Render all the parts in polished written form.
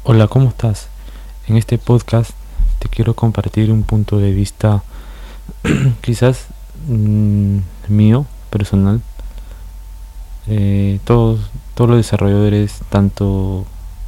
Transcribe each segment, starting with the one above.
Hola, ¿cómo estás? En este podcast te quiero compartir un punto de vista quizás mío, personal. Todos los desarrolladores, tanto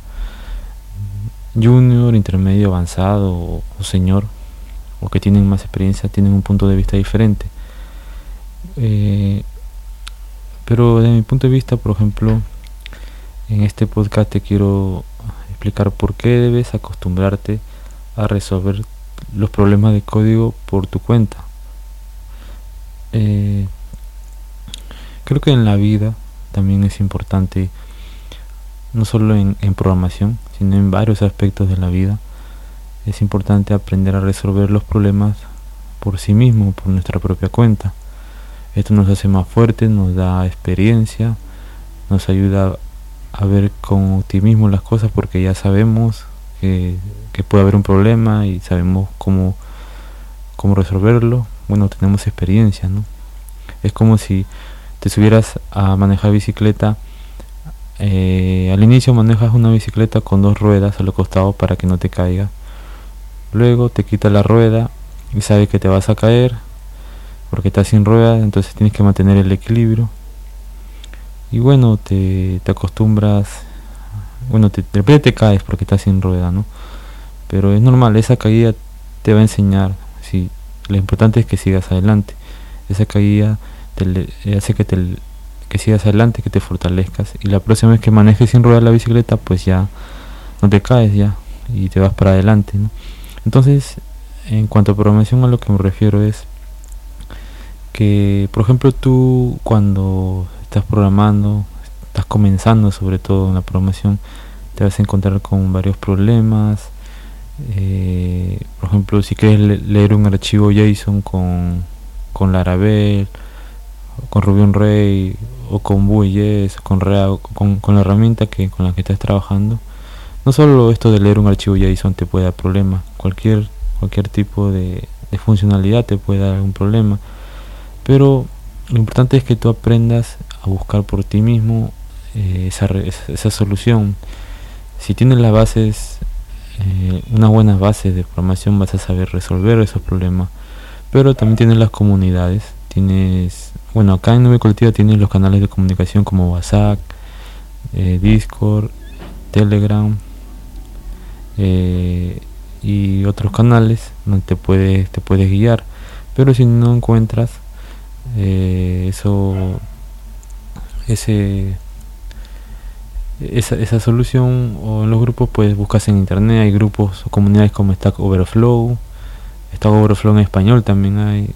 junior, intermedio, avanzado o señor, o que tienen más experiencia, tienen un punto de vista diferente. Eh, pero de mi punto de vista, por ejemplo, en este podcast te quiero explicar por qué debes acostumbrarte a resolver los problemas de código por tu cuenta. Eh, Creo que en la vida también es importante, no solo en programación, sino en varios aspectos de la vida, es importante aprender a resolver los problemas por sí mismo, por nuestra propia cuenta. Esto nos hace más fuertes, nos da experiencia, nos ayuda a ver con optimismo las cosas porque ya sabemos que puede haber un problema y sabemos cómo resolverlo. Bueno, tenemos experiencia, ¿no? Es como si te subieras a manejar bicicleta. Al inicio manejas una bicicleta con dos ruedas a los costados para que no te caiga. Luego te quita la rueda y sabes que te vas a caer porque estás sin ruedas, entonces tienes que mantener el equilibrio. Y bueno, te acostumbras. Bueno, de repente te caes porque estás sin rueda, ¿no? Pero es normal, esa caída te va a enseñar. Sí, lo importante es que sigas adelante. Esa caída hace que sigas adelante, que te fortalezcas. Y la próxima vez que manejes sin ruedas la bicicleta, pues ya no te caes ya y te vas para adelante, ¿no? Entonces, en cuanto a programación, a lo que me refiero es que, por ejemplo, tú cuando estás programando, estás comenzando sobre todo en la programación, te vas a encontrar con varios problemas. Por ejemplo, si quieres leer un archivo JSON con Laravel, con Ruby on Rails, o con Vue.js, o con React, con la herramienta con la que estás trabajando, no solo esto de leer un archivo JSON te puede dar problemas, cualquier tipo de funcionalidad te puede dar un problema, pero lo importante es que tú aprendas a buscar por ti mismo esa solución. Si tienes las bases, unas buenas bases de programación, vas a saber resolver esos problemas. Pero también tienes las comunidades, bueno, acá en Nube Colectiva tienes los canales de comunicación como WhatsApp, Discord, Telegram, y otros canales donde te puedes guiar. Pero si no encuentras eso ese esa solución, o en los grupos, pues buscas en internet. Hay grupos o comunidades como Stack Overflow en español también hay,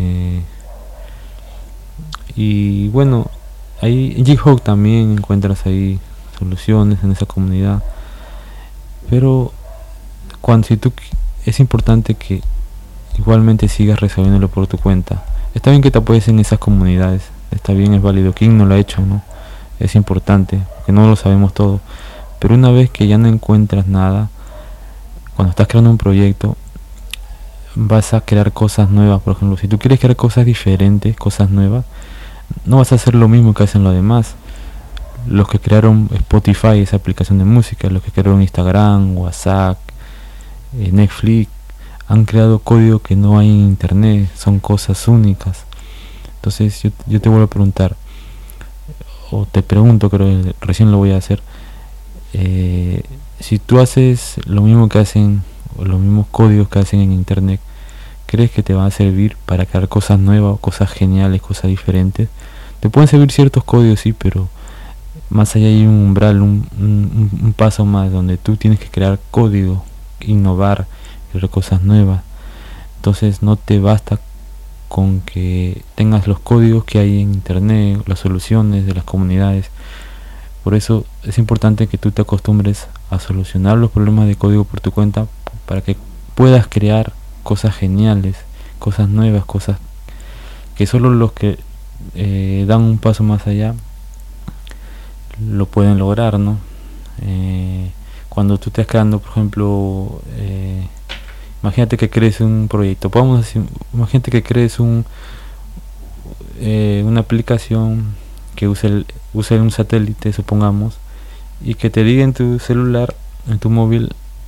y bueno, ahí en GitHub también encuentras ahí soluciones en esa comunidad. Pero si tú, es importante que igualmente sigas resolviéndolo por tu cuenta. Está bien que te apoyes en esas comunidades, está bien, es válido. ¿Quién no lo ha hecho, no? Es importante, porque no lo sabemos todo. Pero una vez que ya no encuentras nada, cuando estás creando un proyecto, vas a crear cosas nuevas. Por ejemplo, si tú quieres crear cosas diferentes, cosas nuevas, no vas a hacer lo mismo que hacen los demás. Los que crearon Spotify, esa aplicación de música, los que crearon Instagram, WhatsApp, Netflix, han creado código que no hay en internet, son cosas únicas. Entonces yo te vuelvo a preguntar, o te pregunto, creo que recién lo voy a hacer, si tú haces lo mismo que hacen, o los mismos códigos que hacen en internet, ¿crees que te van a servir para crear cosas nuevas, cosas geniales, cosas diferentes? Te pueden servir ciertos códigos, sí, pero más allá hay un umbral, un paso más, donde tú tienes que crear código, innovar, crear cosas nuevas. Entonces no te basta con que tengas los códigos que hay en internet, las soluciones de las comunidades. Por eso es importante que tú te acostumbres a solucionar los problemas de código por tu cuenta, para que puedas crear cosas geniales, cosas nuevas, cosas que solo los que dan un paso más allá lo pueden lograr, ¿no? Cuando tú estés creando, por ejemplo, imagínate que crees un proyecto, imagínate que crees una aplicación que use un satélite, supongamos, y que te diga en tu celular en tu móvil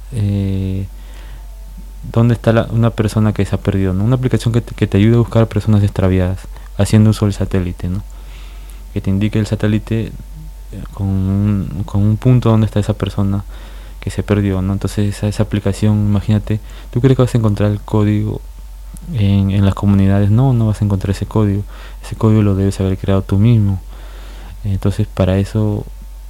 dónde está una persona que se ha perdido, ¿no? Una aplicación que te ayude a buscar personas extraviadas haciendo uso del satélite, ¿no? Que te indique el satélite con un punto donde está esa persona que se perdió, ¿no? Entonces esa aplicación, imagínate, ¿tú crees que vas a encontrar el código en las comunidades? No vas a encontrar ese código lo debes haber creado tú mismo. Entonces para eso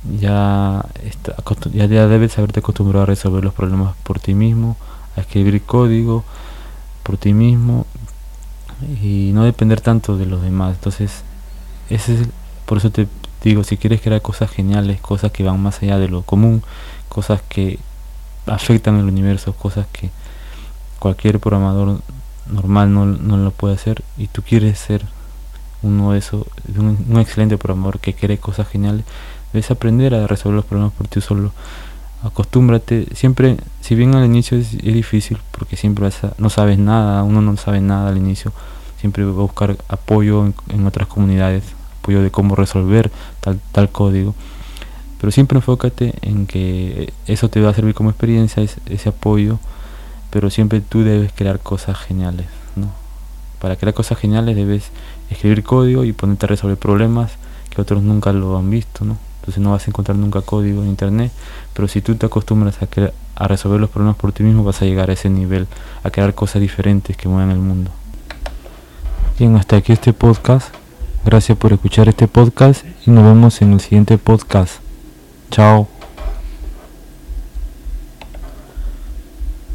ya debes haberte acostumbrado a resolver los problemas por ti mismo, a escribir código por ti mismo y no depender tanto de los demás. Entonces por eso te digo, si quieres crear cosas geniales, cosas que van más allá de lo común, cosas que afectan el universo, cosas que cualquier programador normal no lo puede hacer, y tú quieres ser uno de esos, un excelente programador que cree cosas geniales, debes aprender a resolver los problemas por ti solo. Acostúmbrate, siempre, si bien al inicio es difícil, porque siempre no sabes nada, uno no sabe nada al inicio, siempre va a buscar apoyo en otras comunidades, apoyo de cómo resolver tal código, pero siempre enfócate en que eso te va a servir como experiencia, ese apoyo, pero siempre tú debes crear cosas geniales, ¿no? Para crear cosas geniales debes escribir código y ponerte a resolver problemas que otros nunca lo han visto, ¿no? Entonces no vas a encontrar nunca código en internet, pero si tú te acostumbras a resolver los problemas por ti mismo, vas a llegar a ese nivel, a crear cosas diferentes que muevan el mundo. Bien, hasta aquí este podcast. Gracias por escuchar este podcast y nos vemos en el siguiente podcast. Chao.